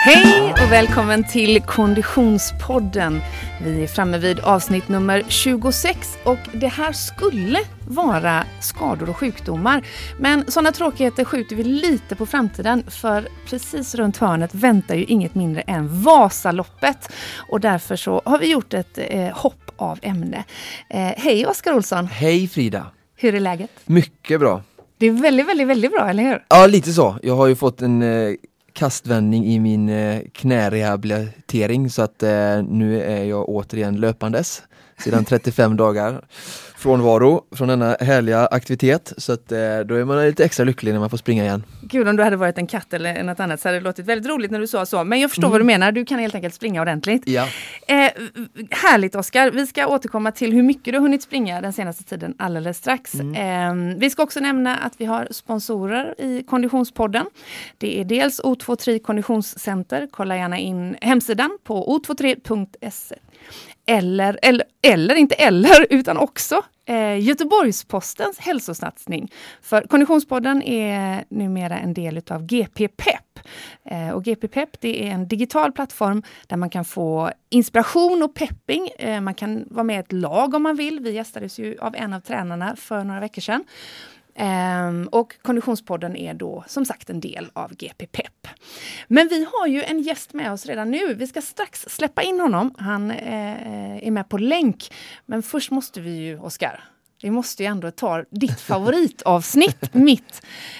Hej och välkommen till Konditionspodden. Vi är framme vid avsnitt nummer 26 och det här skulle vara skador och sjukdomar. Men sådana tråkigheter skjuter vi lite på framtiden, för precis runt hörnet väntar ju inget mindre än Vasaloppet. Och därför så har vi gjort ett hopp av ämne. Hej Oskar Olsson. Hej Frida. Hur är läget? Mycket bra. Det är väldigt bra, eller hur? Ja, lite så. Jag har ju fått en kastvändning i min knärehabilitering, så att nu är jag återigen löpandes sedan 35 dagar frånvaro från denna härliga aktivitet, så att då är man lite extra lycklig när man får springa igen. Gud, om du hade varit en katt eller något annat så hade det låtit väldigt roligt när du sa så, men jag förstår vad du menar, du kan helt enkelt springa ordentligt. Ja. Härligt Oskar, vi ska återkomma till hur mycket du har hunnit springa den senaste tiden alldeles strax. Vi ska också nämna att vi har sponsorer i Konditionspodden. Det är dels O23 Konditionscenter, kolla gärna in hemsidan på o23.se. Utan också Göteborgs-Postens hälsosatsning. För Konditionspodden är numera en del av GP Pep. Och GP Pep, det är en digital plattform där man kan få inspiration och pepping. Man kan vara med i ett lag om man vill. Vi gästades ju av en av tränarna för några veckor sedan. Och Konditionspodden är då som sagt en del av GP Pep. Men vi har ju en gäst med oss redan nu. Vi ska strax släppa in honom. Han är med på länk. Men först måste vi ju, Oskar, vi måste ju ändå ta ditt favoritavsnitt, mitt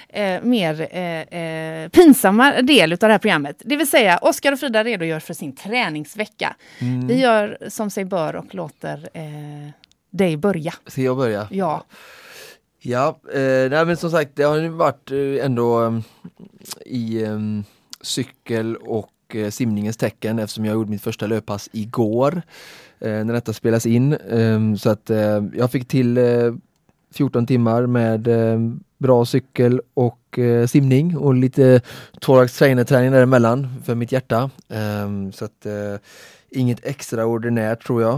mer pinsamma del av det här programmet. Det vill säga, Oskar och Frida redogör för sin träningsvecka. Vi gör som sig bör och låter dig börja. Ska jag börja? Ja. Ja, nej, men som sagt, det har ju varit ändå i cykel och simningens tecken, eftersom jag gjorde mitt första löppass igår när detta spelas in. Så att jag fick till 14 timmar med bra cykel och simning och lite thorax trainer-träning däremellan för mitt hjärta. Så att inget extraordinärt, tror jag.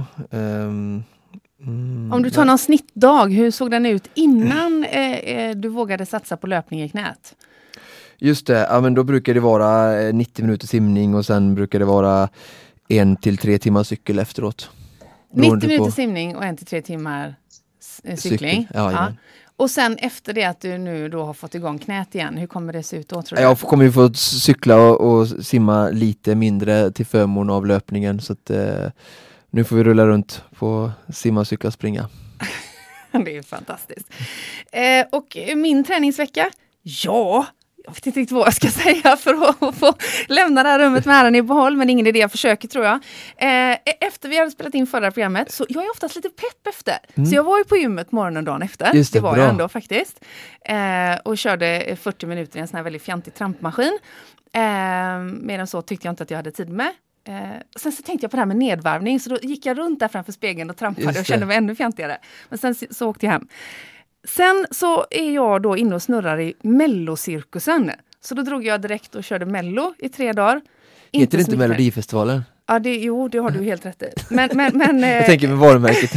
Om du tar någon snittdag, hur såg den ut innan du vågade satsa på löpning i knät? Just det, ja, men då brukar det vara 90 minuter simning och sen brukar det vara 1 till 3 timmar cykel efteråt. 90 minuter simning och 1 till 3 timmar cykling. Ja. Och sen efter det att du nu då har fått igång knät igen, hur kommer det se ut då, tror du? Jag kommer ju få cykla och simma lite mindre till förmån av löpningen, så att nu får vi rulla runt på simma, cykla, springa. Det är fantastiskt. Och min träningsvecka? Ja, jag vet inte riktigt vad jag ska säga för att få lämna det här rummet med äran i behåll, men ingen idé, jag försöker, tror jag. Efter vi hade spelat in förra programmet, så jag är oftast lite pepp efter. Så jag var ju på gymmet morgonen och dagen efter. Just det, var bra. Jag ändå faktiskt. Och körde 40 minuter i en sån här väldigt fjantig trampmaskin. Medan så tyckte jag inte att jag hade tid med. Sen så tänkte jag på det här med nedvarvning, så då gick jag runt där framför spegeln och trampade och kände mig ännu fjantigare. Men sen så åkte jag hem. Sen så är jag då inne och snurrar i Mellocirkusen. Så då drog jag direkt och körde Mello i 3 dagar. Heter det inte Melodifestivalen? Ja, det har du helt rätt i. Men jag tänker med varumärket.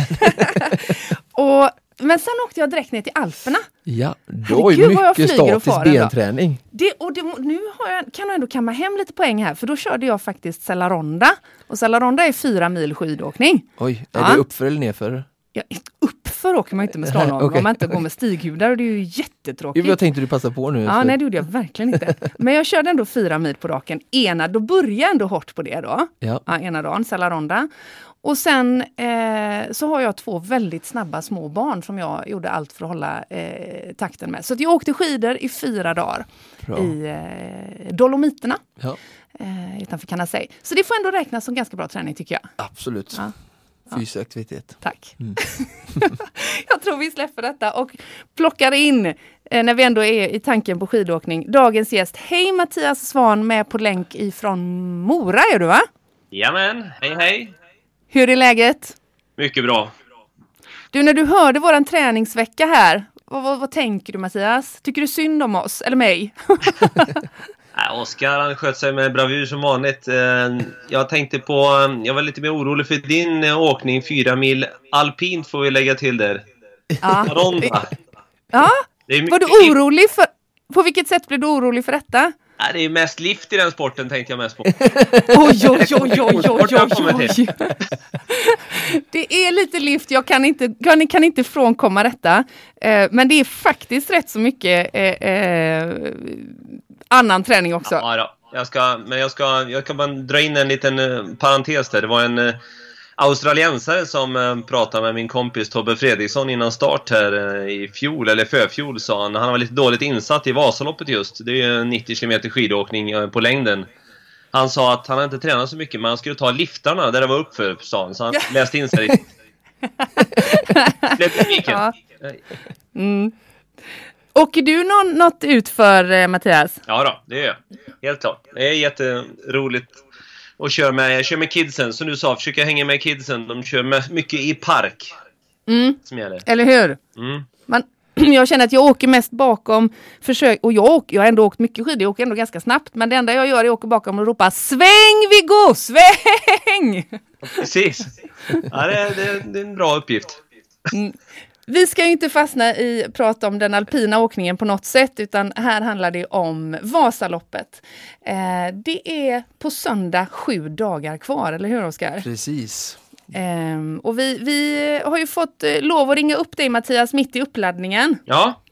Men sen åkte jag direkt ner till Alperna. Ja, då är mycket statisk benträning. Nu kan jag ändå kamma hem lite poäng här. För då körde jag faktiskt Cellaronda. Och Cellaronda är 4 mil skidåkning. Oj, är det uppför eller nerför? Ja, uppför åker man inte med slalom. Okay. Om man inte går med stighudar, och det är ju jättetråkigt. Jag tänkte du passa på nu. Ja, nej, det gjorde jag verkligen inte. Men jag körde ändå 4 mil på raken. Då började jag ändå hårt på det då. Ja, ena dagen, Cellaronda. Och sen så har jag 2 väldigt snabba små barn som jag gjorde allt för att hålla takten med. Så att jag åkte skidor i 4 dagar i Dolomiterna. Ja. Utanför Canasei. Så det får ändå räknas som ganska bra träning, tycker jag. Absolut. Ja. Fysisk aktivitet. Tack. Jag tror vi släpper detta och plockar in, när vi ändå är i tanken på skidåkning, dagens gäst. Hej Mattias Svan, med på länk ifrån Mora, är du, va? Jamen, hej. Hur är läget? Mycket bra. Du, när du hörde våran träningsvecka här, vad tänker du, Mattias? Tycker du synd om oss, eller mig? Oskar, han sköt sig med bravur som vanligt. Jag var lite mer orolig för din åkning, 4 mil alpint får vi lägga till där. Ja. Ja, var du orolig för, på vilket sätt blev du orolig för detta? Det är mest lift i den sporten, tänkte jag mest på. Oj. Det är lite lift, jag kan inte frånkomma detta. Men det är faktiskt rätt så mycket annan träning också. Ja då. Jag kan bara dra in en liten parentes där. Det var en australiensare som pratade med min kompis Tobbe Fredriksson innan start här i fjol, eller förfjol, sa han. Han var lite dåligt insatt i Vasaloppet just. Det är ju 90 km skidåkning på längden. Han sa att han inte tränat så mycket, men han skulle ta liftarna där det var uppför, sa han. Så han läste in sig riktigt. Ja. Åker du något ut för Mattias? Ja då, det gör jag. Helt klart. Det är jätteroligt att köra med kidsen. Som du sa, försöka hänga med kidsen. De kör mycket i park. Som gäller. Eller hur? Jag känner att jag åker mest bakom och jag har ändå åkt mycket skidor, jag åker ändå ganska snabbt, men det enda jag gör är att åka bakom och ropa sväng Viggo, sväng! Precis. Ja, det är en bra uppgift. Vi ska ju inte fastna i prata om den alpina åkningen på något sätt, utan här handlar det om Vasaloppet. Det är på söndag 7 dagar kvar, eller hur Oskar? Precis. Och vi har ju fått lov att ringa upp dig Mattias mitt i uppladdningen. Ja.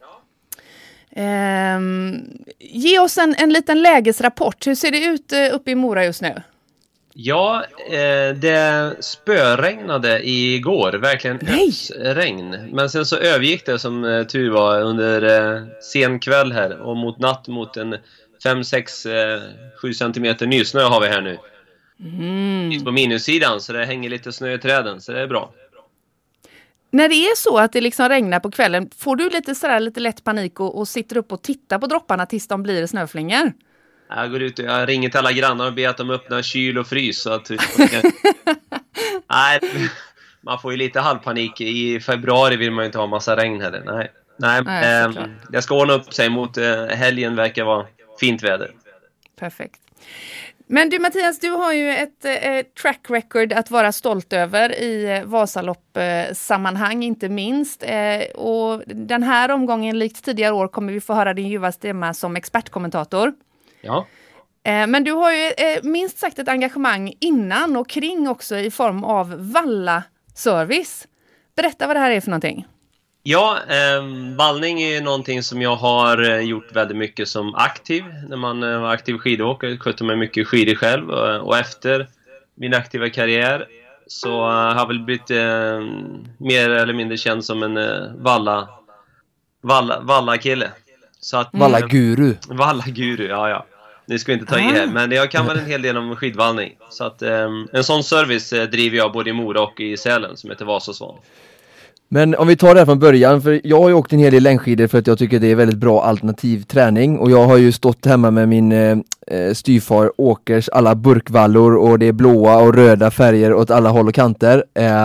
Ge oss en liten lägesrapport. Hur ser det ut uppe i Mora just nu? Ja, det spöregnade igår, verkligen regn. Men sen så övergick det som tur var under sen kväll här. Och mot natt mot en 5-6-7 centimeter nysnö har vi här nu. På minussidan, så det hänger lite snö i träden, så det är bra. När det är så att det liksom regnar på kvällen, får du lite lätt panik och sitter upp och tittar på dropparna tills de blir snöflingor? Jag går ut och jag ringer till alla grannar och ber att de öppnar kyl och frys. Så att nej, man får ju lite halvpanik. I februari vill man ju inte ha massa regn heller. Nej, jag ska ordna upp sig mot helgen, verkar vara fint väder. Perfekt. Men du Mattias, du har ju ett track record att vara stolt över i Vasalopp-sammanhang inte minst. Och den här omgången, likt tidigare år, kommer vi få höra din ljuva stämma som expertkommentator. Ja. Men du har ju minst sagt ett engagemang innan och kring också i form av Valla-service. Berätta vad det här är för någonting. Ja, vallning är någonting som jag har gjort väldigt mycket som aktiv. När man var aktiv skidåkare, skötte mig mycket skidor själv. Och efter min aktiva karriär så har jag väl blivit mer eller mindre känd som en Valla-kille. Valla-guru. Valla-guru, ja. Nu ska vi inte ta i här, men jag kan väl en hel del om skidvallning. Så att en sån service driver jag både i Mora och i Sälen som heter Vasasvan. Men om vi tar det här från början, för jag har ju åkt en hel del längdskidor för att jag tycker det är väldigt bra alternativ träning. Och jag har ju stått hemma med min styvfar Åkers alla burkvallor och det är blåa och röda färger åt alla håll och kanter.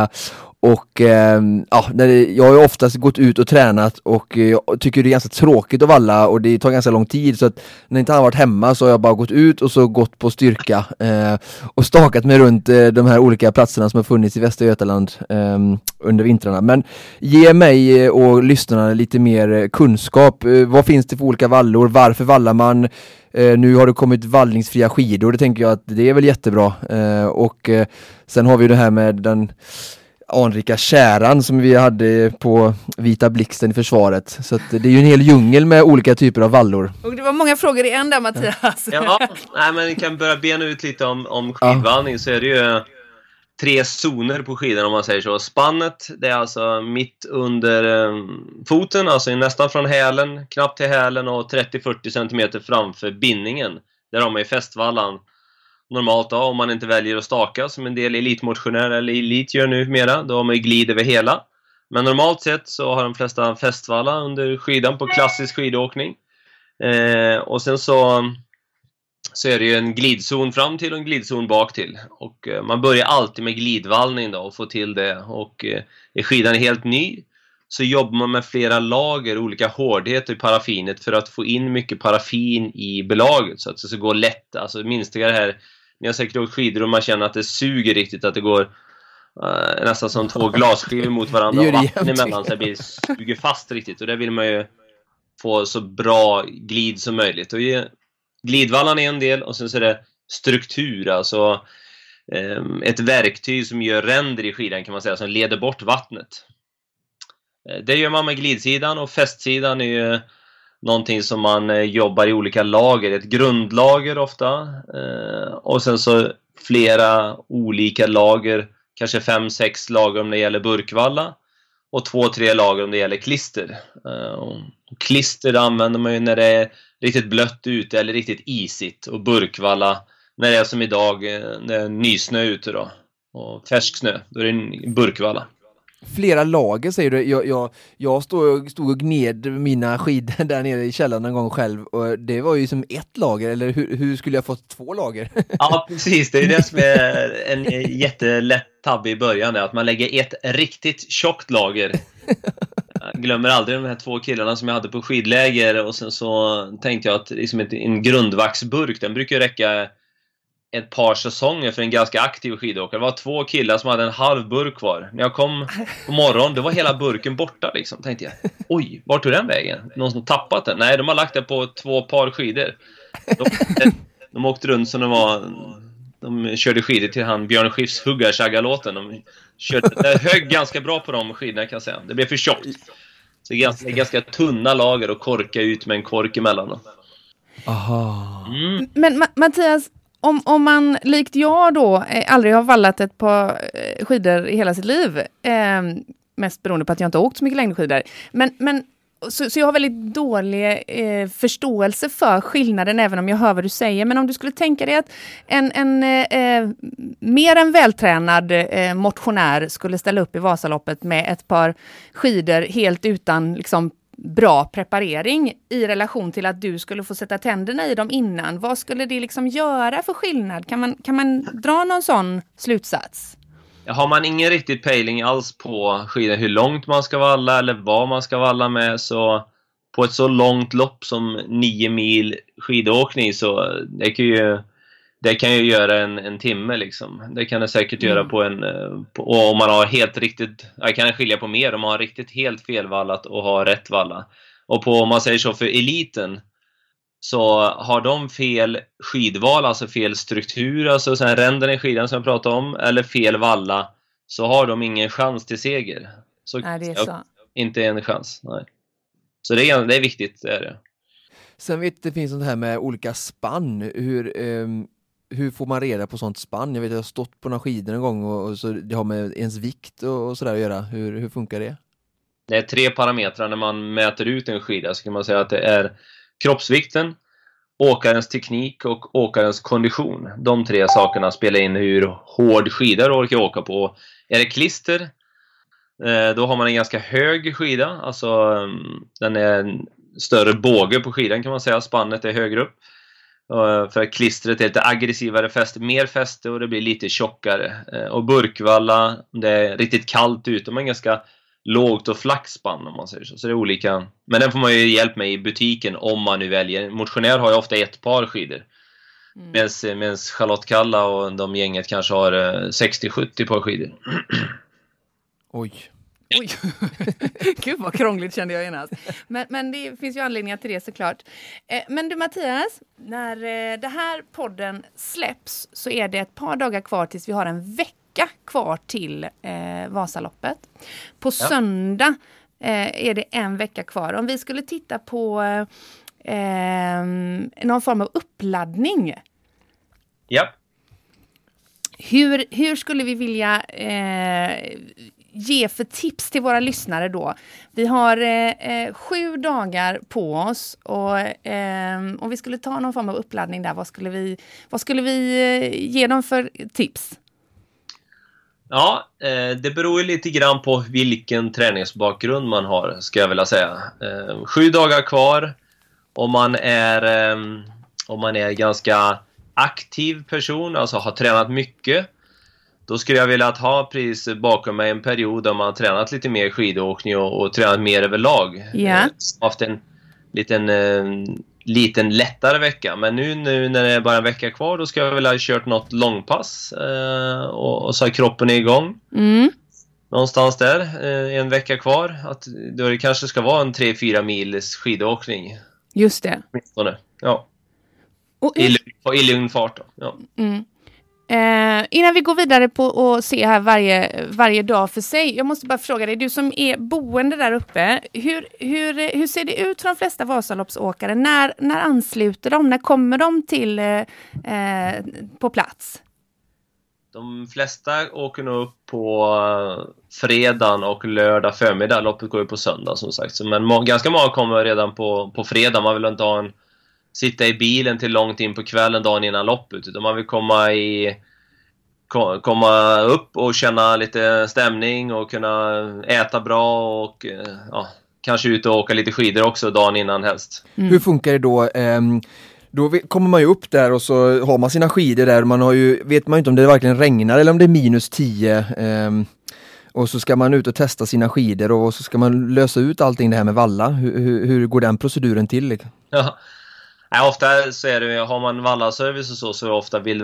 Jag har ju oftast gått ut och tränat och jag tycker det är ganska tråkigt att valla och det tar ganska lång tid, så att när inte han har varit hemma så har jag bara gått ut och så gått på styrka och stakat mig runt de här olika platserna som har funnits i Västra Götaland under vintrarna. Men ge mig och lyssnarna lite mer kunskap. Vad finns det för olika vallor? Varför vallar man? Nu har det kommit vallningsfria skidor, det tänker jag att det är väl jättebra. Och sen har vi det här med den anrika käran som vi hade på Vita Blixten i försvaret. Så att det är ju en hel djungel med olika typer av vallor. Och det var många frågor i en där, Mattias. Ja, men vi kan börja bena ut lite om skidvallning. Så är det ju 3 zoner på skidan om man säger så. Spannet, det är alltså mitt under foten, alltså nästan från hälen, knappt till hälen och 30-40 cm framför bindningen. Där har man ju fästvallan. Normalt då, om man inte väljer att staka som en del elitmotionärer eller elit gör nu mera, då har man ju glid över hela. Men normalt sett så har de flesta fästvalla under skidan på klassisk skidåkning. Och sen så är det ju en glidzon fram till och en glidzon bak till. Och man börjar alltid med glidvallning då och få till det. Och är skidan helt ny så jobbar man med flera lager, olika hårdheter i paraffinet för att få in mycket paraffin i belaget så att det ska gå lätt. Alltså minstiga det här, ni har säkert åkt skidor och man känner att det suger riktigt, att det går nästan som 2 glasskivor mot varandra och vatten emellan så det blir suger fast riktigt. Och det vill man ju få så bra glid som möjligt. Och glidvallan är en del och sen så är det struktur, alltså ett verktyg som gör ränder i skidan kan man säga, som leder bort vattnet. Det gör man med glidsidan, och fästsidan är ju någonting som man jobbar i olika lager, ett grundlager ofta, och sen så flera olika lager, kanske 5-6 lager om det gäller burkvalla och 2-3 lager om det gäller klister. Och klister använder man ju när det är riktigt blött ute eller riktigt isigt, och burkvalla när det är som idag, när det är nysnö ute då, och färsk snö, då är det en burkvalla. Flera lager säger du. Jag stod och gned mina skidor där nere i källaren en gång själv, och det var ju som ett lager, eller hur skulle jag fått 2 lager? Ja, precis. Det är det som är en jättelätt tabbe i början, att man lägger ett riktigt tjockt lager. Jag glömmer aldrig de här 2 killarna som jag hade på skidläger, och sen så tänkte jag att liksom en grundvaxburk, den brukar räcka ett par säsonger för en ganska aktiv skidåkare. Det var 2 killar som hade en halv burk kvar. När jag kom på morgonen, då var hela burken borta liksom. Tänkte jag, oj, vart tog den vägen? Någon som tappat den? Nej, de har lagt det på 2 par skidor. De åkte runt som de körde skidor till han Björn Skifs Huggarsagga-låten. Det högg ganska bra på de skidorna, kan jag säga. Det blev för tjockt. Så det är ganska tunna lager och korka ut med en kork emellan då. Aha. Mm. Men Mattias, om man likt jag då aldrig har vallat ett par skidor i hela sitt liv, mest beroende på att jag inte har åkt så mycket längdskidor, men så jag har väldigt dålig förståelse för skillnaden, även om jag hör vad du säger. Men om du skulle tänka dig att en mer än vältränad motionär skulle ställa upp i Vasaloppet med ett par skidor helt utan liksom bra preparering i relation till att du skulle få sätta tänderna i dem innan. Vad skulle det liksom göra för skillnad? Kan man dra någon sån slutsats? Har man ingen riktigt pejling alls på skidor, hur långt man ska valla eller vad man ska valla med, så på ett så långt lopp som 9 mil skidåkning, så det kan ju göra en timme liksom. Det kan det säkert göra på och om man har helt riktigt, jag kan skilja på mer om man har riktigt helt felvallat och har rätt valla. Och om man säger så för eliten, så har de fel skidval, alltså fel struktur, alltså sen ränden i skidan som jag pratade om, eller fel valla, så har de ingen chans till seger. Så nej, det är så. Inte en chans, nej. Så det är viktigt, det är det. Sen vet det finns sånt här med olika spann. Hur får man reda på sånt spann? Jag vet att jag har stått på några skidor en gång, och så det har med ens vikt och sådär att göra. Hur funkar det? Det är 3 parametrar när man mäter ut en skida. Så kan man säga att det är kroppsvikten, åkarens teknik och åkarens kondition. De 3 sakerna spelar in hur hård skida du orkar åka på. Är det klister, då har man en ganska hög skida. Alltså den är en större båge på skidan, kan man säga. Spannet är högre upp. För klistret är lite aggressivare fäste, mer fäste, och det blir lite tjockare. Och burkvalla, det är riktigt kallt ute, man är ganska lågt och flackspann, om man säger så. Så det är olika. Men den får man ju hjälp med i butiken om man nu väljer. Motionär har ju ofta ett par skidor. Medan Charlotte Kalla och de gänget kanske har 60-70 par skidor. Oj. Gud vad krångligt, kände jag genast. Men det finns ju anledningar till det, såklart. Men du Mattias, när det här podden släpps så är det ett par dagar kvar tills vi har en vecka kvar till Vasaloppet. På söndag är det en vecka kvar. Om vi skulle titta på någon form av uppladdning. Ja. Hur skulle vi vilja ge för tips till våra lyssnare då? Vi har 7 dagar på oss, och om vi skulle ta någon form av uppladdning där, vad skulle vi ge dem för tips? Ja, det beror ju lite grann på vilken träningsbakgrund man har, ska jag vilja säga. 7 dagar kvar. Om man är ganska aktiv person, alltså har tränat mycket, då skulle jag vilja ha precis bakom mig en period där man har tränat lite mer skidåkning och tränat mer överlag. Yeah. Haft en liten lättare vecka. Men nu när det är bara en vecka kvar, då ska jag vilja ha kört något långpass och så är kroppen igång. Någonstans där, en vecka kvar. Att då det kanske ska vara en 3-4 mils skidåkning. Just det. Ja. I lugn fart. Ja. Innan vi går vidare på och se här varje dag för sig. Jag måste bara fråga dig, du som är boende där uppe. Hur ser det ut för de flesta Vasaloppsåkare? När ansluter de? När kommer de till på plats? De flesta åker nog upp på fredagen och lördag förmiddag. Loppet går ju på söndag som sagt. Men ganska många kommer redan på fredag. Man vill inte sitta i bilen till långt in på kvällen dagen innan loppet. Utan man vill komma upp och känna lite stämning och kunna äta bra och kanske ut och åka lite skidor också dagen innan helst. Hur funkar det då? Då kommer man ju upp där och så har man sina skidor där. Vet man ju inte om det verkligen regnar eller om det är minus 10. Och så ska man ut och testa sina skidor och så ska man lösa ut allting det här med valla. Hur går den proceduren till? Ja. Ofta så är det, har man vallaservice och så ofta vill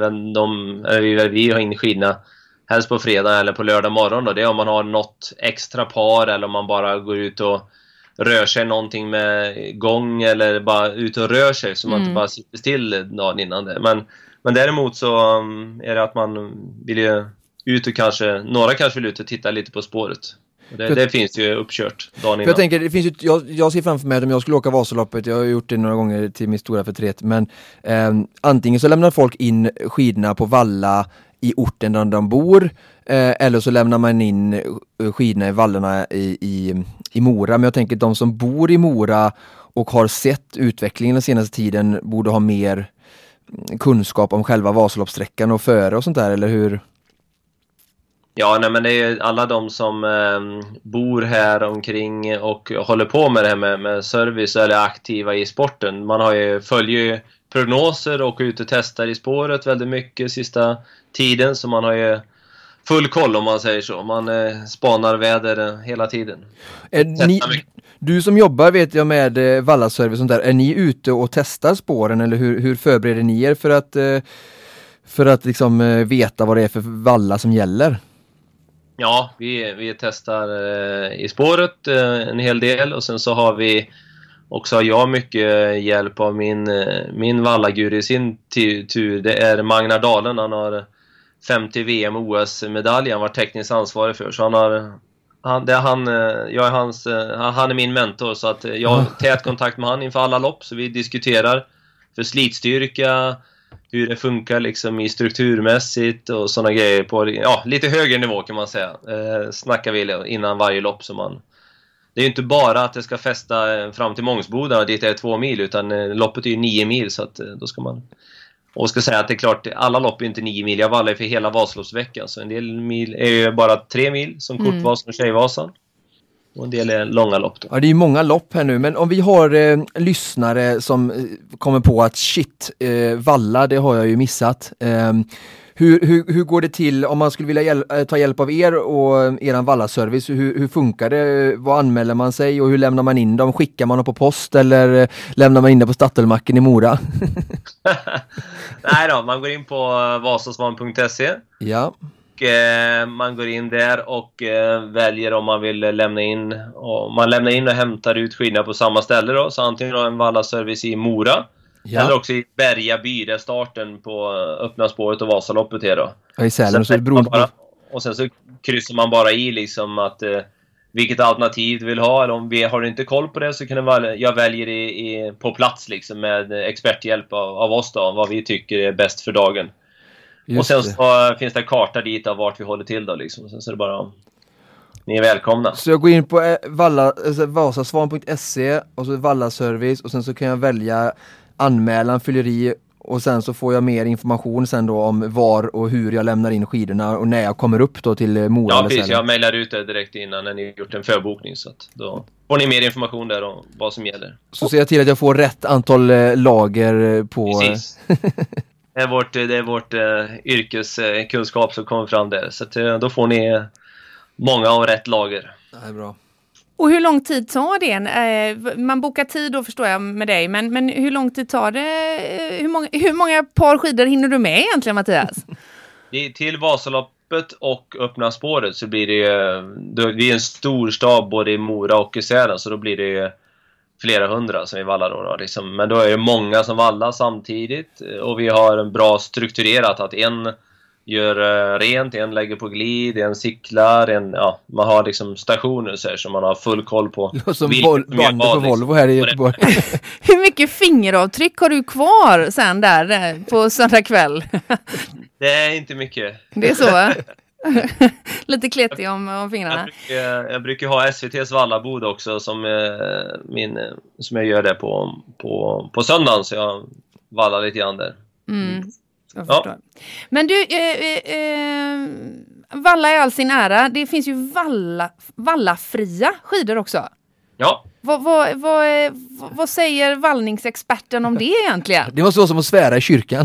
vi ha in skidorna helst på fredag eller på lördag morgon då. Det är om man har något extra par eller om man bara går ut och rör sig någonting med gång eller bara ut och rör sig så man inte bara sitter still dagen innan det. Men däremot så är det att man vill ju ut och några kanske vill ut och titta lite på spåret. Det finns ju uppkört dagen innan. Jag tänker, det finns ju, jag ser framför mig att om jag skulle åka Vasaloppet, jag har gjort det några gånger till min stora förtret, men antingen så lämnar folk in skidorna på valla i orten där de bor, eller så lämnar man in skidorna i vallarna i Mora. Men jag tänker att de som bor i Mora och har sett utvecklingen den senaste tiden borde ha mer kunskap om själva Vasaloppssträckan och före och sånt där, eller hur? Ja, nej, men det är alla de som bor här omkring och håller på med det här med service eller aktiva i sporten. Man följer ju prognoser och ut och testar i spåret väldigt mycket sista tiden, så man har ju full koll om man säger så. Man spanar väder hela tiden. Du som jobbar vet jag med vallaservice och sånt där, är ni ute och testar spåren eller hur förbereder ni er för att liksom veta vad det är för valla som gäller? Ja, vi testar i spåret en hel del och sen så har jag mycket hjälp av min vallagur i sin tur. Det är Magnar Dalen, han har 50 VM och OS-medalj, han var tekniskt ansvarig för. Så han är min mentor, så att jag har tät kontakt med han inför alla lopp, så vi diskuterar för slitstyrka, hur det funkar liksom i strukturmässigt och sådana grejer på lite högre nivå kan man säga. Snackar vi innan varje lopp det är ju inte bara att det ska fästa fram till Mångsboda dit är det 2 mil, utan loppet är ju 9 mil, så att då ska man ska säga att det är klart, alla lopp är inte 9 mil. Jag vallar för hela Vasaloppsveckan, så en del mil är ju bara 3 mil som Kortvasan och Tjejvasan. Och en del är långa lopp då. Ja, det är ju många lopp här nu, men om vi har lyssnare som kommer på att valla, det har jag ju missat. Hur går det till om man skulle vilja ta hjälp av er och eran vallaservice? Hur funkar det? Vad anmäler man sig och hur lämnar man in dem? Skickar man dem på post eller lämnar man in det på Statelmacken i Mora? Nej då, man går in på vasasvan.se. Ja. Man går in där och väljer om man vill lämna in, och man lämnar in och hämtar ut skidorna på samma ställe då, så antingen en vallaservice i Mora eller också i Bergaby, där starten på öppna spåret och Vasaloppet är då. Ja, i Sälen, så och sen så kryssar man bara i liksom att vilket alternativ du vill ha, eller om har du inte koll på det så kan jag väljer på plats liksom med experthjälp av oss då, vad vi tycker är bäst för dagen. Och sen så finns det en karta dit av vart vi håller till då liksom. Sen så är det bara, ni är välkomna. Så jag går in på vasasvan.se och så vallaservice, och sen så kan jag välja anmälan, fylleri, och sen så får jag mer information sen då om var och hur jag lämnar in skidorna och när jag kommer upp då till Mora. Ja, precis. Jag mejlar ut det direkt innan när ni gjort en förbokning, så att då får ni mer information där om vad som gäller. Så ser jag till att jag får rätt antal lager på... Precis. Det är vårt yrkeskunskap som kommer fram där. Så att, då får ni många och rätt lager. Det är bra. Och hur lång tid tar det? Man bokar tid då, förstår jag, med dig. Men hur lång tid tar det? Hur många par skidor hinner du med egentligen, Mattias? Till Vasaloppet och öppna spåret så blir det är en stor stab både i Mora och i Sälen. Så då blir det flera hundra som vi vallar då liksom. Men då är det många som vallar samtidigt, och vi har en bra strukturerat att en gör rent, en lägger på glid, en cyklar, man har liksom stationer så man har full koll på. Som bandet på Volvo här i Göteborg. Hur mycket fingeravtryck har du kvar sen där på söndag kväll? Det är inte mycket. Det är så, va? Lite kletig om fingrarna. Jag brukar ha SVT:s vallabod också som jag gör det på söndagen, så jag vallar lite grann där. Jag förstår. Men du, valla är all sin ära. Det finns ju vallafria skidor också. Ja. Vad säger vallningsexperten om det egentligen? Det måste vara som att svära i kyrkan.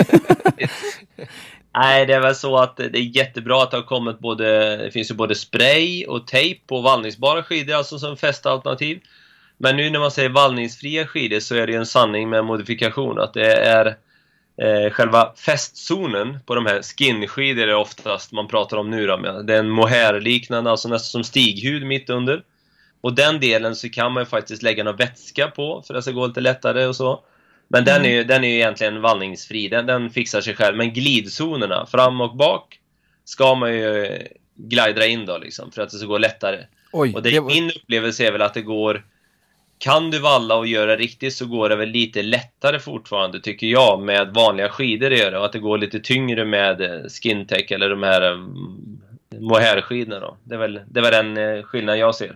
Nej, det är väl så att det är jättebra att det har kommit det finns ju både spray och tejp på vallningsbara skidor, alltså som festalternativ. Men nu när man säger vallningsfria skidor så är det en sanning med modifikation, att det är själva fästzonen på de här skinskidor är oftast man pratar om nu då, med. Det är en mohair-liknande, alltså nästan som stighud mitt under. Och den delen så kan man ju faktiskt lägga någon vätska på för att det ska gå lite lättare och så. Men den är ju egentligen vallningsfri, den fixar sig själv. Men glidzonerna fram och bak ska man ju glida in då liksom, för att det ska gå lättare. Och min upplevelse är väl att det går, kan du valla och göra riktigt så går det väl lite lättare fortfarande, tycker jag, med vanliga skidor att göra. Och att det går lite tyngre med skintech eller de här mohair-skidorna då. Det är väl den skillnaden jag ser.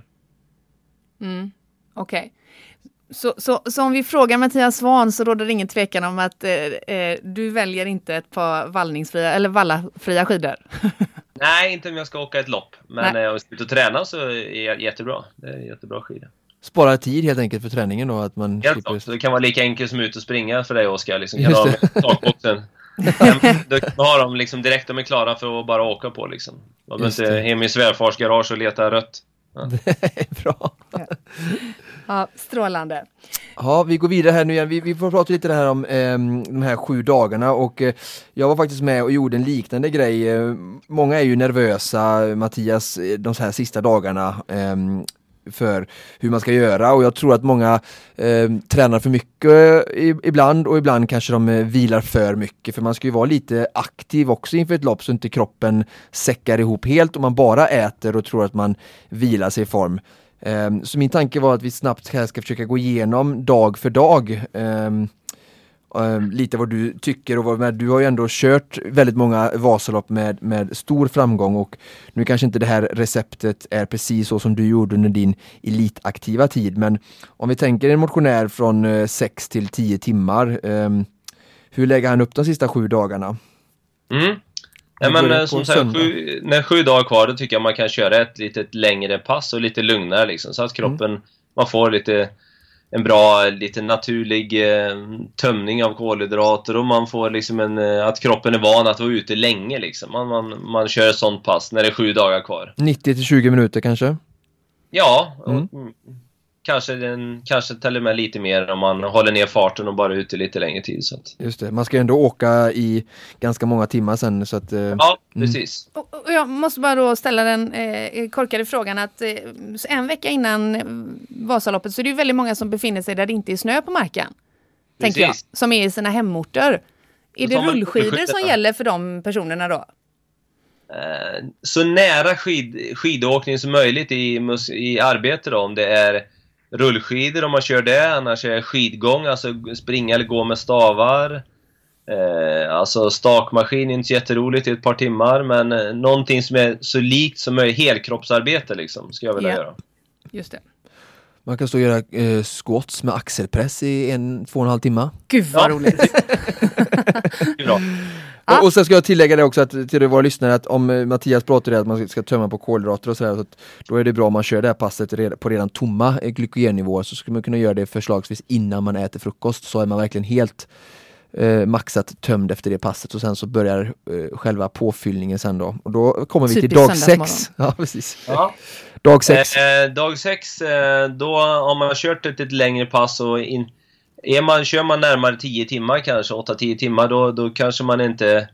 Okej. Så om vi frågar Mattias Svahn så råder det ingen tvekan om att du väljer inte ett par vallningsfria eller vallafria skidor. Nej, inte om jag ska åka ett lopp. Men om jag ska ut och träna så är det jättebra. Det är jättebra skidor. Spara tid helt enkelt för träningen då, att man slipper... Så det kan vara lika enkelt som ut och springa för dig, Oskar. Liksom, kan ha takboxen. Då har de liksom direkt, de är klara för att bara åka på liksom. Man behöver inte hem i svärfars garage och leta rött. Ja. Det är bra. Ja, strålande. Ja, vi går vidare här nu igen. Vi får prata lite här om de här 7 dagarna, och jag var faktiskt med och gjorde en liknande grej. Många är ju nervösa, Mattias, de här sista dagarna för hur man ska göra, och jag tror att många tränar för mycket ibland, och ibland kanske de vilar för mycket, för man ska ju vara lite aktiv också inför ett lopp så inte kroppen säckar ihop helt och man bara äter och tror att man vilar sig i form. Så min tanke var att vi snabbt här ska försöka gå igenom dag för dag lite vad du tycker, och du har ju ändå kört väldigt många Vasalopp med stor framgång, och nu kanske inte det här receptet är precis så som du gjorde under din elitaktiva tid, men om vi tänker en motionär från 6 till 10 timmar, hur lägger han upp de sista 7 dagarna? Ja, men som sagt, när 7 dagar kvar, då tycker jag man kan köra ett litet längre pass och lite lugnare liksom, så att kroppen, man får en bra, lite naturlig tömning av kolhydrater, och man får liksom att kroppen är van att vara ute länge liksom. Man kör ett sånt pass när det är 7 dagar kvar. 90 till 20 minuter kanske? Ja, kanske till och med lite mer om man håller ner farten och bara ute lite längre tid. Så att. Just det, man ska ändå åka i ganska många timmar sen. Så att, ja, precis. Och jag måste bara då ställa den korkade frågan att en vecka innan Vasaloppet så är det ju väldigt många som befinner sig där det inte är snö på marken. Tänker jag, som är i sina hemorter. Är det rullskidor som gäller för de personerna då? Så nära skidåkning som möjligt i arbete då, om det är rullskidor om man kör det, annars är skidgång, alltså springa eller gå med stavar, alltså stakmaskin är inte jätteroligt i ett par timmar, men någonting som är så likt som är helkroppsarbete liksom, ska jag vilja göra. Just det. Man kan stå och göra squats med axelpress i 2,5 timmar. Gud vad roligt. Bra. Och sen ska jag tillägga det också att till våra lyssnare, att om Mattias pratar att man ska tömma på kolhydrater och sådär, så att då är det bra om man kör det här passet på redan tomma glykogennivåer, så skulle man kunna göra det förslagsvis innan man äter frukost, så är man verkligen helt maxat tömd efter det passet, och sen så börjar själva påfyllningen sen då. Och då kommer vi till dag 6. Ja, precis. Ja. Dag 6. Dag 6, då om man har kört ett lite längre pass och kör man närmare 10 timmar, kanske 8-10 timmar, då kanske man inte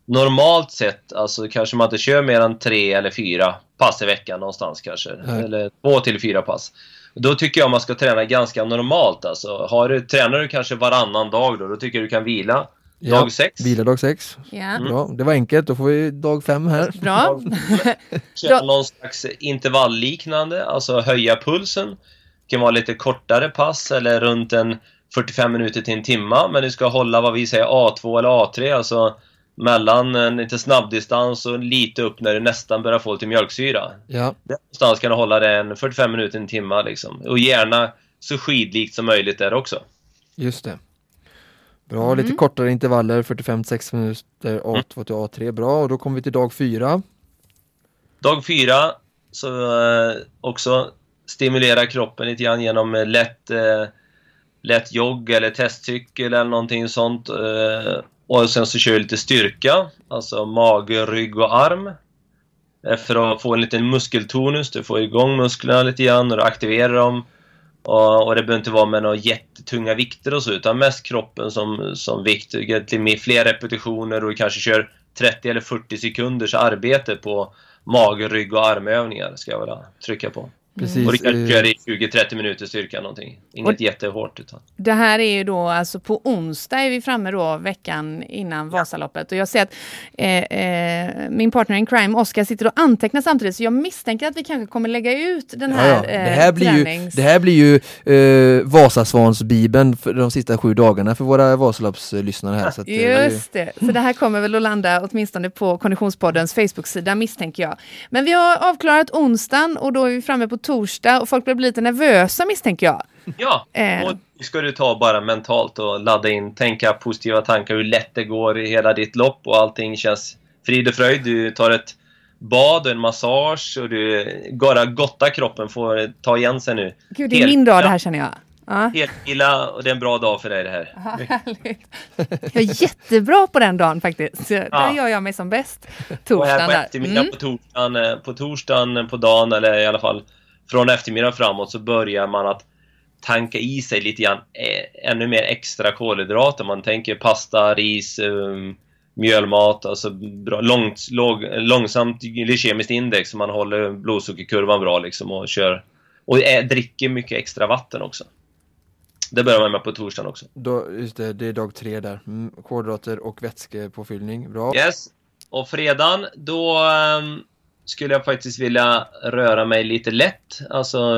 normalt sett, alltså kanske man inte kör mer än 3 eller 4 pass i veckan någonstans kanske. Eller 2 till 4 pass. Då tycker jag man ska träna ganska normalt. Alltså, tränar du kanske varannan dag då tycker jag du kan vila. Dag 6. Vila dag 6. Ja. Bra, det var enkelt. Då får vi dag 5 här. Bra. Köra någon slags intervallliknande, alltså höja pulsen. Det kan vara lite kortare pass eller runt 45 minuter till en timma. Men du ska hålla vad vi säger A2 eller A3, alltså mellan en lite snabbdistans och lite upp när du nästan börjar få lite mjölksyra. Ja. Någonstans kan du hålla det 45 minuter till en timma liksom. Och gärna så skidlikt som möjligt där också. Just det. Bra, lite kortare intervaller, 45-60 minuter, A2 till A3. Bra, och då kommer vi till dag 4. Dag 4 så också stimulera kroppen lite grann genom lätt jogg eller testcykel eller någonting sånt. Och sen så kör jag lite styrka, alltså mage, rygg och arm. För att få en liten muskeltonus, du får igång musklerna lite grann och du aktiverar dem. Och det behöver inte vara med några jättetunga vikter och så, utan mest kroppen som vikt. Med fler repetitioner och kanske kör 30 eller 40 sekunders arbete på mage, rygg och armövningar ska jag vilja trycka på. Precis. Och det kan köra i 20-30 minuter styrka någonting. Inget jättehårt utan. Det här är ju då alltså på onsdag är vi framme då veckan innan Vasaloppet. Och jag ser att min partner in crime, Oskar, sitter och antecknar samtidigt. Så jag misstänker att vi kanske kommer lägga ut den här Det här blir ju Vasasvansbibeln för de sista 7 dagarna för våra Vasaloppslyssnare här. Så att, just det. Så det här kommer väl att landa åtminstone på Konditionspoddens Facebook-sida, misstänker jag. Men vi har avklarat onsdagen och då är vi framme på torsdag och folk blir lite nervösa, misstänker jag. Ja, och ska du ta bara mentalt och ladda in, tänka positiva tankar, hur lätt det går i hela ditt lopp och allting känns frid och fröjd. Du tar ett bad och en massage och du bara gottar kroppen, får ta igen sig nu. Gud, det är min dag det här, känner jag. Ja. Helt illa, och det är en bra dag för dig det här. Härligt. Jag är jättebra på den dagen faktiskt. Så där gör jag mig som bäst. Och här på eftermiddag på torsdagen på dagen, eller i alla fall från eftermiddag framåt, så börjar man att tanka i sig lite grann ännu mer extra kolhydrater. Man tänker pasta, ris, mjölmat, alltså bra, långsamt glykemiskt index, så man håller blodsockerkurvan bra liksom, och dricker mycket extra vatten också. Det börjar man med på torsdagen också. Just det är dag 3 där. Kolhydrater och vätskepåfyllning. Bra. Yes. Och fredagen, då skulle jag faktiskt vilja röra mig lite lätt. Alltså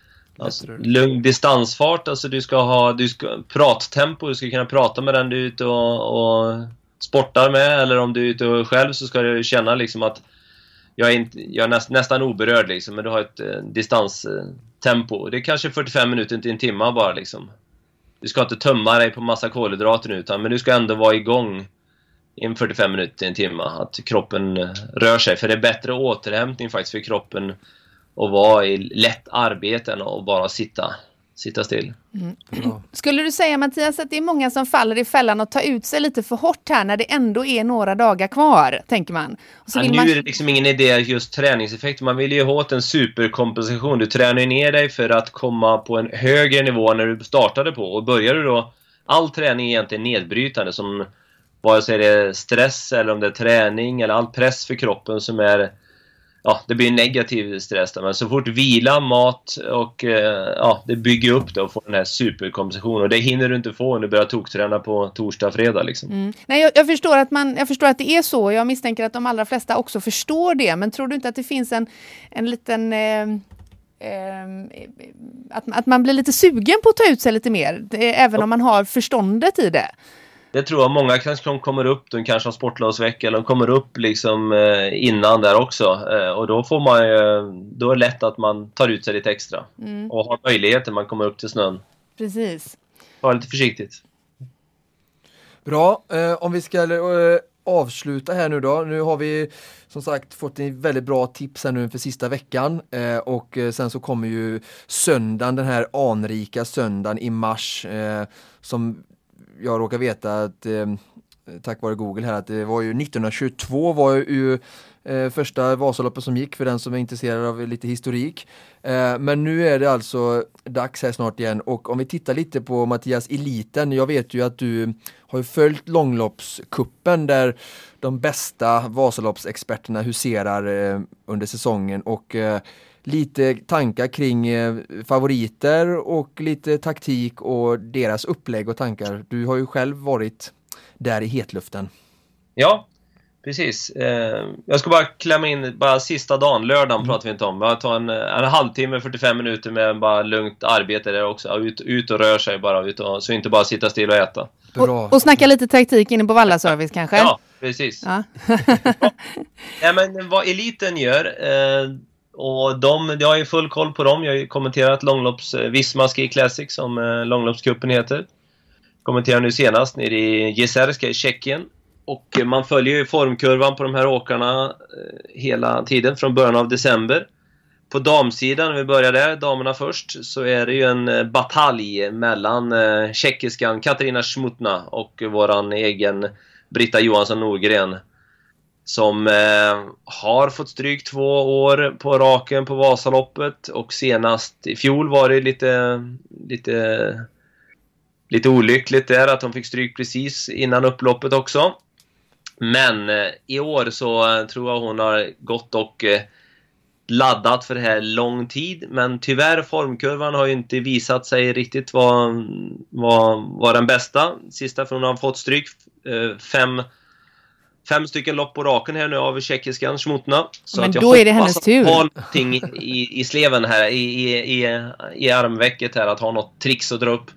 lugn distansfart. Alltså du ska prattempo. Du ska kunna prata med den du är ute och sportar med. Eller om du är ute själv, så ska du känna liksom att jag är nästan oberörd liksom, men du har ett distanstempo. Det är kanske 45 minuter till en timme bara liksom. Du ska inte tömma dig på massa kolhydrater nu, men du ska ändå vara igång i 45 minuter till en timme. Att kroppen rör sig, för det är bättre återhämtning faktiskt för kroppen att vara i lätt arbete än att bara sitta still. Skulle du säga, Mattias, att det är många som faller i fällan och tar ut sig lite för hårt här när det ändå är några dagar kvar, tänker man? Och så nu är det liksom ingen idé just träningseffekt. Man vill ju ha en superkompensation. Du tränar ner dig för att komma på en högre nivå när du startade på. Och börjar du då, all träning är egentligen nedbrytande, som vare sig det är stress eller om det är träning eller all press för kroppen som är, det blir negativ stress där. Men så fort vila, mat och det bygger upp det och får den här superkompensationen. Och det hinner du inte få när du börjar tokträna på torsdag, fredag liksom. Nej, jag förstår att det är så. Jag misstänker att de allra flesta också förstår det. Men tror du inte att det finns en liten att man blir lite sugen på att ta ut sig lite mer, även om man har förståndet i det? Det tror jag många kanske kommer upp, de kanske har sportlovsvecka eller de kommer upp liksom innan där också, och då får man då är det lätt att man tar ut sig lite extra och har möjligheter, man kommer upp till snön. Precis. Var lite försiktigt. Bra, om vi ska avsluta här nu då. Nu har vi som sagt fått en väldigt bra tips här nu för sista veckan, och sen så kommer ju söndagen, den här anrika söndagen i mars, som jag råkar veta att tack vare Google här, att det var ju 1922 var ju första Vasaloppet som gick, för den som är intresserad av lite historik. Men nu är det alltså dags här snart igen, och om vi tittar lite på Mattias, eliten, jag vet ju att du har ju följt långloppskuppen där de bästa Vasaloppsexperterna huserar under säsongen, och lite tankar kring favoriter och lite taktik och deras upplägg och tankar. Du har ju själv varit där i hetluften. Ja, precis. Jag ska bara klämma in bara sista dagen, lördagen pratar vi inte om. Jag tar en halvtimme, 45 minuter med bara lugnt arbete där också. Ut och rör sig bara, så inte bara sitta still och äta. Och snacka lite taktik inne på Vallaservice kanske? Ja, precis. Ja. Ja, men vad eliten gör, och jag har ju full koll på dem. Jag har ju kommenterat långlopps Visma Ski Classic som långloppscupen heter. Kommenterar nu senast nere i Jezerska i Tjeckien. Och man följer ju formkurvan på de här åkarna hela tiden från början av december. På damsidan, vi börjar där, damerna först, så är det ju en batalj mellan tjeckiskan Katarina Smutna och våran egen Britta Johansson Norgren, som har fått stryk 2 år på raken på Vasaloppet, och senast i fjol var det lite olyckligt där att de fick stryk precis innan upploppet också. Men i år så tror jag hon har gått och laddat för det här lång tid, men tyvärr formkurvan har ju inte visat sig riktigt var den bästa sista, för hon har fått stryk 5 stycken lopp på raken här nu av tjeckiskan Smutna. Så men att jag då är det hennes tur. Ha någonting i sleven här, i armvecket här, att ha något tricks att dra upp.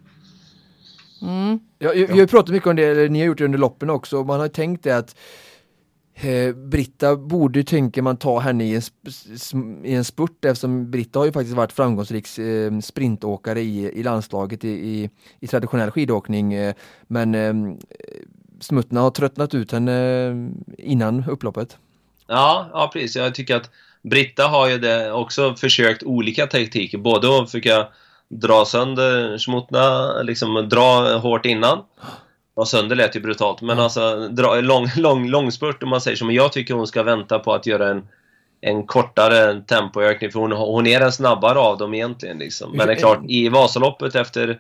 Vi har pratat mycket om det, eller ni har gjort det under loppen också, och man har tänkt det att Britta borde, tänker man, ta henne i en spurt, eftersom Britta har ju faktiskt varit framgångsrik sprintåkare i landslaget i traditionell skidåkning, men Smutna har tröttnat ut henne innan upploppet. Ja, precis. Jag tycker att Britta har ju också försökt olika taktiker, både att försöka dra sönder Smutna, liksom dra hårt innan. Och sönder lät ju brutalt, men alltså dra långspurt, om man säger så. Men jag tycker hon ska vänta på att göra en kortare tempoökning, för hon är den snabbare av dem egentligen liksom. Men det är klart, i Vasaloppet efter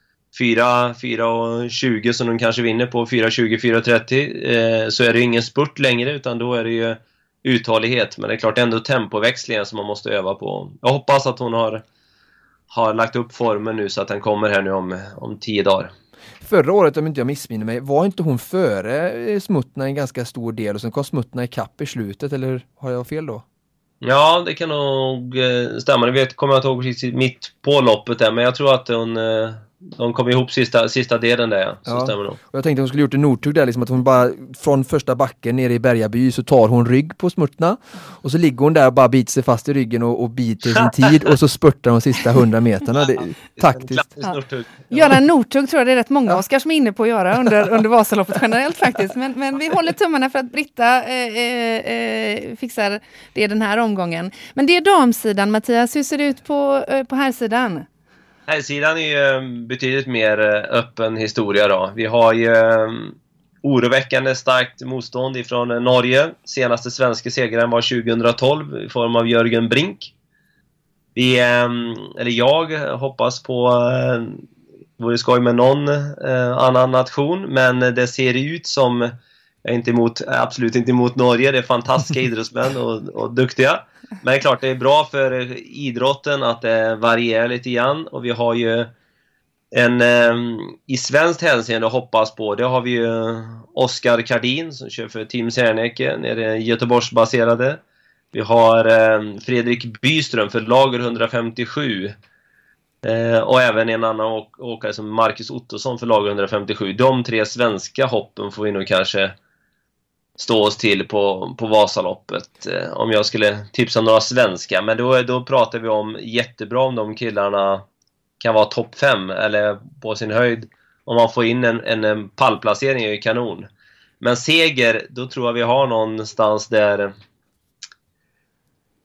4:20 som de kanske vinner på 4:20-4:30, så är det ingen spurt längre, utan då är det ju uthållighet. Men det är klart ändå tempoväxlingen som man måste öva på. Jag hoppas att hon har lagt upp formen nu så att den kommer här nu om 10 dagar. Förra året, om inte jag missminner mig, var inte hon före Smutna en ganska stor del, och sen kom Smutna i kapp i slutet, eller har jag fel då? Ja, det kan nog stämma. Det kommer jag inte ihåg precis mitt på loppet där, men jag tror att de kom ihop sista delen där, ja. Så stämmer nog. Och jag tänkte att hon skulle gjort en Nordtug där, liksom att hon bara från första backen nere i Bergaby så tar hon rygg på Smutna, och så ligger hon där och bara biter sig fast i ryggen och biter sin tid, och så spurtar de sista 100 meterna. Det är taktiskt. Göra en Nordtug tror jag det är rätt många Oskar som är inne på att göra under Vasaloppet generellt faktiskt. Men vi håller tummarna för att Britta fixar det den här omgången. Men det är damsidan, Mattias. Hur ser det ut på herrsidan? Herrsidan är ju betydligt mer öppen historia då. Vi har ju oroväckande starkt motstånd ifrån Norge. Senaste svenska segraren var 2012 i form av Jörgen Brink. Jag hoppas på vore skoj med någon annan nation, men det ser ut som, jag är absolut inte emot Norge, det är fantastiska idrottsmän och duktiga. Men det är klart, det är bra för idrotten att det varierar lite grann. Och vi har ju i svenskt hänseende hoppas på, det har vi ju Oskar Kardin som kör för Team Serneke nere i Göteborgsbaserade. Vi har Fredrik Byström för Lager 157. Och även en annan åkare som Marcus Ottosson för Lager 157. De 3 svenska hoppen får vi nog kanske stå oss till på Vasaloppet, om jag skulle tipsa om några svenska. Men då pratar vi om jättebra om de killarna kan vara topp 5 eller på sin höjd. Om man får in en pallplacering är ju kanon. Men seger, då tror jag vi har någonstans där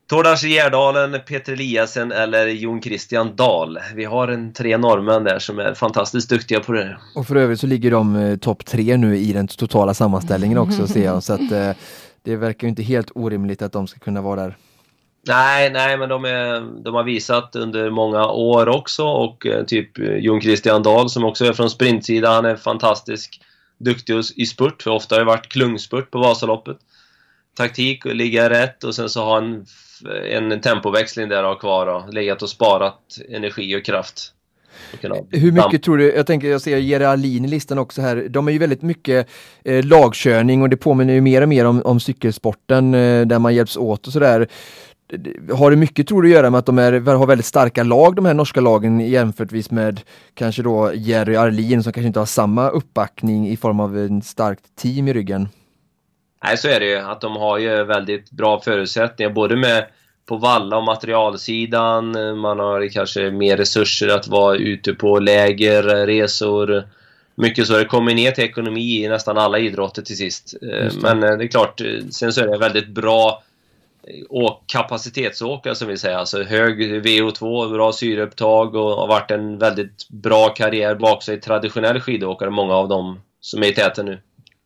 Tordars Gerdalen, Peter Eliasen eller Jon Christian Dahl. Vi har 3 norrmän där som är fantastiskt duktiga på det. Och för övrigt så ligger de topp 3 nu i den totala sammanställningen också, ser jag. Så att det verkar ju inte helt orimligt att de ska kunna vara där. Nej, men de har visat under många år också, och typ Jon Christian Dahl som också är från sprintsida, han är fantastisk duktig i spurt, för ofta har det varit klungspurt på Vasaloppet. Taktik och ligga rätt, och sen så har han en tempoväxling där har kvar och legat och sparat energi och kraft. Hur mycket tror du, jag ser Jerry Alin i listan också här, de är ju väldigt mycket lagkörning, och det påminner ju mer och mer om cykelsporten där man hjälps åt och sådär. Har det mycket, tror du, att göra med att de har väldigt starka lag, de här norska lagen, jämförtvis med kanske då Jerry Alin som kanske inte har samma uppbackning i form av en starkt team i ryggen? Nej, så är det ju, att de har ju väldigt bra förutsättningar både med på valla och materialsidan. Man har kanske mer resurser att vara ute på läger, resor, mycket, så det kommer ner till ekonomi i nästan alla idrotter till sist. Men det är klart, sen så är det väldigt bra och kapacitetsåkare som vi säger, alltså hög VO2, bra syreupptag, och har varit en väldigt bra karriär bak sig, traditionell skidåkare, många av dem som är i täten nu.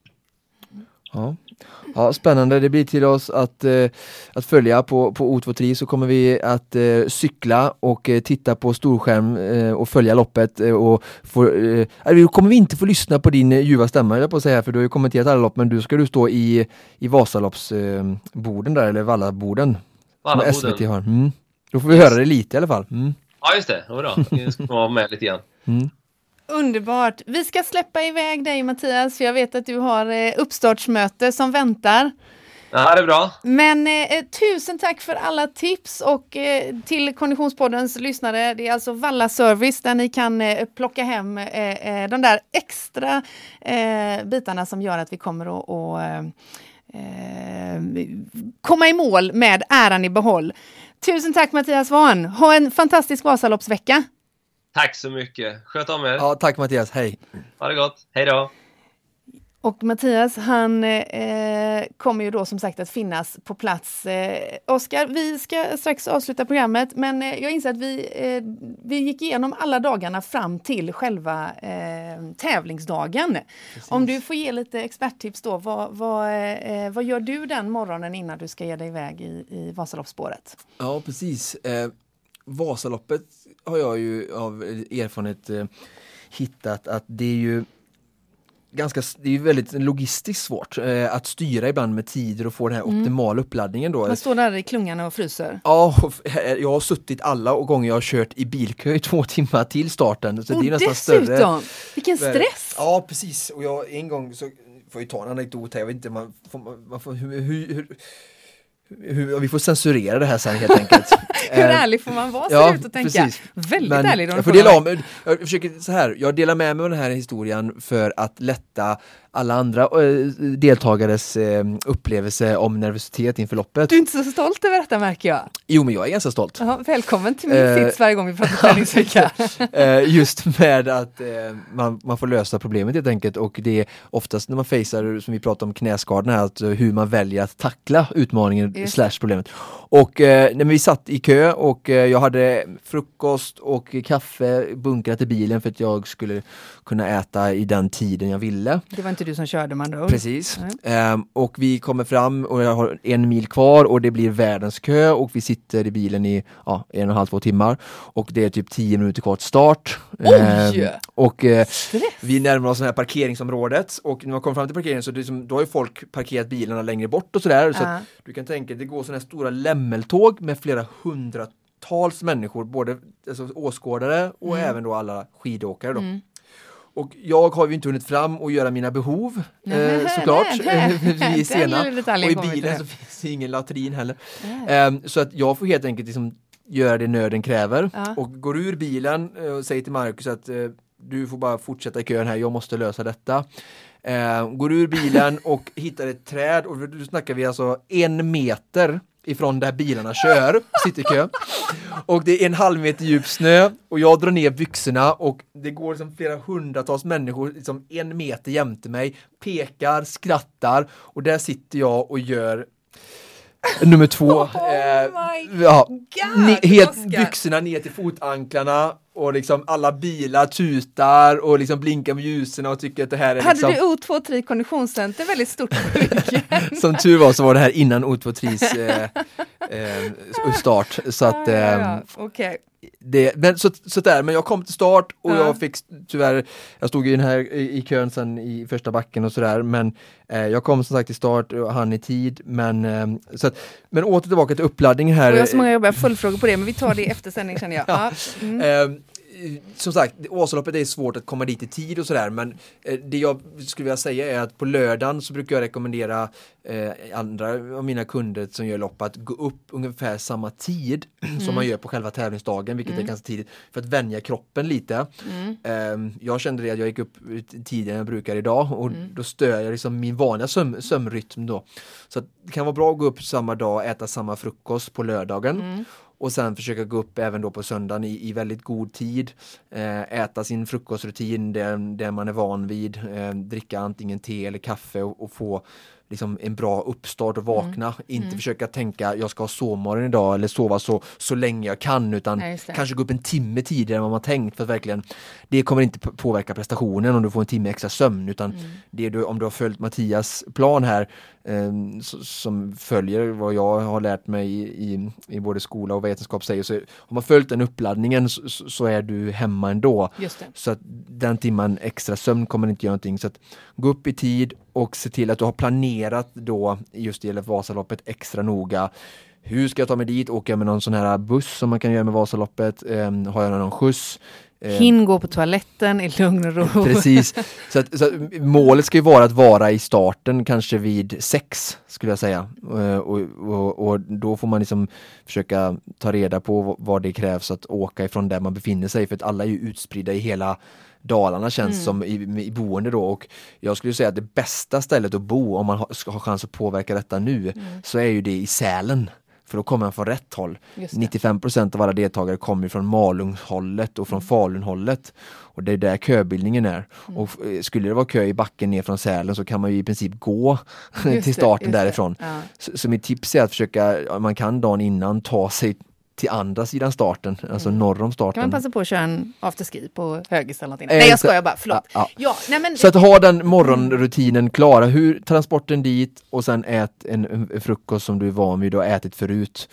Ja, spännande. Det blir till oss att följa på O23, så kommer vi att cykla och titta på storskärm och följa loppet, och kommer vi inte få lyssna på din ljuva stämma, jag på att säga, för du har ju kommenterat alla lopp, men du ska stå i Vasaloppsborden där, eller Vallaborden som SVT har. Då får vi höra det lite i alla fall. Ja, just det. Bra. Jag ska vara med lite grann. Underbart. Vi ska släppa iväg dig, Mattias, för jag vet att du har uppstartsmöte som väntar. Ja, det är bra. Men tusen tack för alla tips, och till Konditionspoddens lyssnare, det är alltså Valla Service där ni kan plocka hem de där extra bitarna som gör att vi kommer att komma i mål med äran i behåll. Tusen tack, Mattias Svahn. Ha en fantastisk Vasaloppsvecka. Tack så mycket. Sköt om er. Ja, tack Mattias. Hej. Ha det gott. Hej då. Och Mattias, han kommer ju då som sagt att finnas på plats. Oskar, vi ska strax avsluta programmet, men jag inser att vi gick igenom alla dagarna fram till själva tävlingsdagen. Precis. Om du får ge lite experttips då, vad gör du den morgonen innan du ska ge dig iväg i Vasaloppsspåret? Ja, precis. Vasaloppet har jag ju av erfarenhet hittat att det är ju väldigt logistiskt svårt att styra ibland med tider och få den här optimala uppladdningen då. Man står där i klungan och fryser. Ja, jag har suttit alla gånger jag har kört i bilkö i 2 timmar till starten. Så det är nästan dessutom, större. Vilken stress! Ja, precis. Och jag en gång så får jag ta en anekdot här. Jag vet inte, man får vi får censurera det här sen helt enkelt. Hur ärlig får man vara, ser ut och tänka. Precis. Väldigt ärlig. Jag försöker så här, jag delar med mig av den här historien för att lätta alla andra deltagares upplevelse om nervositet inför loppet. Du är inte så stolt över detta, märker jag. Jo, men jag är ganska stolt. Välkommen till min sits varje gång vi pratar träningsvecka. Just med att man får lösa problemet helt enkelt, och det är oftast när man facear, som vi pratar om knäskadorna här, att hur man väljer att tackla utmaningen / problemet. Och när vi satt i kö och jag hade frukost och kaffe bunkrat i bilen för att jag skulle kunna äta i den tiden jag ville. Det var inte du som körde, man då? Precis. Och vi kommer fram och jag har 1 mil kvar och det blir världens kö, och vi sitter i bilen i 1,5-2 timmar och det är typ 10 minuter kvar till start. Och vi närmar oss det här parkeringsområdet, och när man kommer fram till parkeringen så då har ju folk parkerat bilarna längre bort och sådär. Så att du kan tänka, det går sådana här stora lämmeltåg med flera hundratals människor, både åskådare och även då alla skidåkare då. Och jag har ju inte hunnit fram och göra mina behov, såklart. Vi är sena. Och i bilen så finns det ingen latrin heller. Så att jag får helt enkelt göra det nöden kräver. Och går ur bilen och säger till Marcus att du får bara fortsätta i kön här, jag måste lösa detta. Går ur bilen och hittar ett träd, och då snackar vi alltså 1 meter ifrån där bilarna sitter i kö. Och det är 1,5 meter djup snö, och jag drar ner byxorna och det går flera hundratals människor 1 meter jämte mig, pekar, skrattar, och där sitter jag och gör Nummer 2. God, Byxorna ner till fotanklarna och liksom alla bilar tutar och liksom blinkar med ljusen och tycker att det här är liksom... Hade du O2-3 konditionscenter väldigt stort på ryggen? Som tur var så var det här innan O2-3s start. Så att... Okej. Men men jag kom till start och jag fick tyvärr, jag stod ju i kön sen i första backen och sådär, men jag kom som sagt till start och hann i tid, men åter tillbaka till uppladdningen här. Och jag har så många jobbiga fullfrågor på det, men vi tar det efter sändning känner jag. Som sagt, Vasaloppet är svårt att komma dit i tid och sådär, men det jag skulle vilja säga är att på lördagen så brukar jag rekommendera andra av mina kunder som gör lopp att gå upp ungefär samma tid som man gör på själva tävlingsdagen, vilket är ganska tidigt, för att vänja kroppen lite. Jag kände det att jag gick upp tidigare än jag brukar idag, och då stör jag liksom min vanliga sömnrytm då. Så att det kan vara bra att gå upp samma dag, äta samma frukost på lördagen. Och sen försöka gå upp även då på söndagen i väldigt god tid. Äta sin frukostrutin där man är van vid. Dricka antingen te eller kaffe och få liksom en bra uppstart och vakna. Inte försöka tänka jag ska ha sovmorgon idag eller sova så länge jag kan, utan kanske gå upp en timme tidigare än vad man tänkt, för att verkligen, det kommer inte påverka prestationen om du får en timme extra sömn, utan om du har följt Mattias plan här som följer vad jag har lärt mig i både skola och vetenskap säger, så om man följt den uppladdningen så är du hemma ändå. Just det. Så att den timman extra sömn kommer inte göra någonting, så att gå upp i tid och se till att du har planerat då, just det gäller Vasaloppet, extra noga. Hur ska jag ta mig dit? Åker jag med någon sån här buss som man kan göra med Vasaloppet? Har jag någon skjuts? Gå på toaletten i lugn och ro. Precis. Så att målet ska ju vara att vara i starten kanske vid 6 skulle jag säga. Och då får man liksom försöka ta reda på vad det krävs att åka ifrån där man befinner sig. För att alla är ju utspridda i hela Dalarna känns som i boende då, och jag skulle säga att det bästa stället att bo om man ska ha chans att påverka detta nu, så är ju det i Sälen. För då kommer man från rätt håll. 95% av alla deltagare kommer från Malungshållet och från Falunhållet. Och det är där köbildningen är. Och skulle det vara kö i backen ner från Sälen så kan man ju i princip gå till starten därifrån. Ja. Så mitt tips är att försöka, man kan dagen innan ta sig till andra sidan starten, alltså norr om starten. Kan man passa på att köra en afterski på högis eller någonting? Nej, jag skojar bara, förlåt. Så att ha den morgonrutinen klara, hur transporten dit och sen ät en frukost som du är van vid och ätit förut.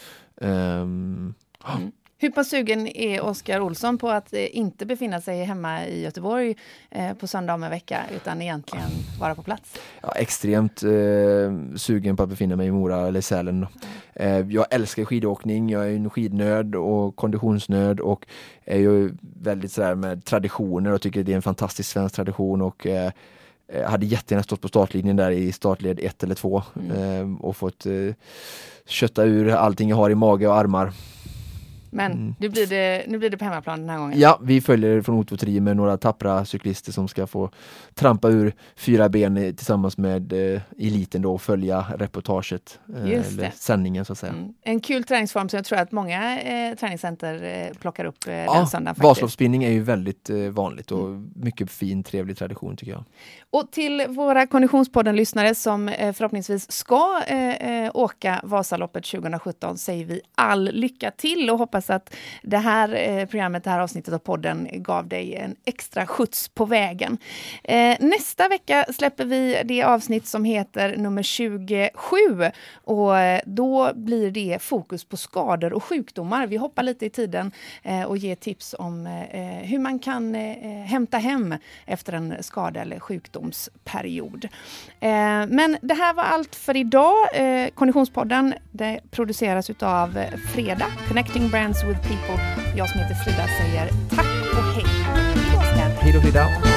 Hur pass sugen är Oskar Olsson på att inte befinna sig hemma i Göteborg på söndag om en vecka, utan egentligen vara på plats? Ja, extremt sugen på att befinna mig i Mora eller Sälen. Jag älskar skidåkning, jag är en skidnörd och konditionsnörd och är ju väldigt sådär med traditioner och tycker det är en fantastisk svensk tradition, och hade jättegärna stått på startlinjen där i startled 1 eller 2 och fått kötta ur allting jag har i mage och armar. Men nu blir det på hemmaplan den här gången. Ja, vi följer från O2-3 med några tappra cyklister som ska få trampa ur 4 ben tillsammans med eliten då och följa reportaget eller sändningen så att säga. En kul träningsform som jag tror att många träningscenter plockar upp den söndagen. Vasaloppsspinning är ju väldigt vanligt och mycket fin, trevlig tradition tycker jag. Och till våra Konditionspodden-lyssnare som förhoppningsvis ska åka Vasaloppet 2017 säger vi all lycka till och hoppas att det här programmet, det här avsnittet av podden gav dig en extra skjuts på vägen. Nästa vecka släpper vi det avsnitt som heter nummer 27 och då blir det fokus på skador och sjukdomar. Vi hoppar lite i tiden och ger tips om hur man kan hämta hem efter en skada eller sjukdomsperiod. Men det här var allt för idag. Konditionspodden, det produceras utav Freda, Connecting Brands with People. Jag som heter Frida säger tack och hej. Hej då Frida.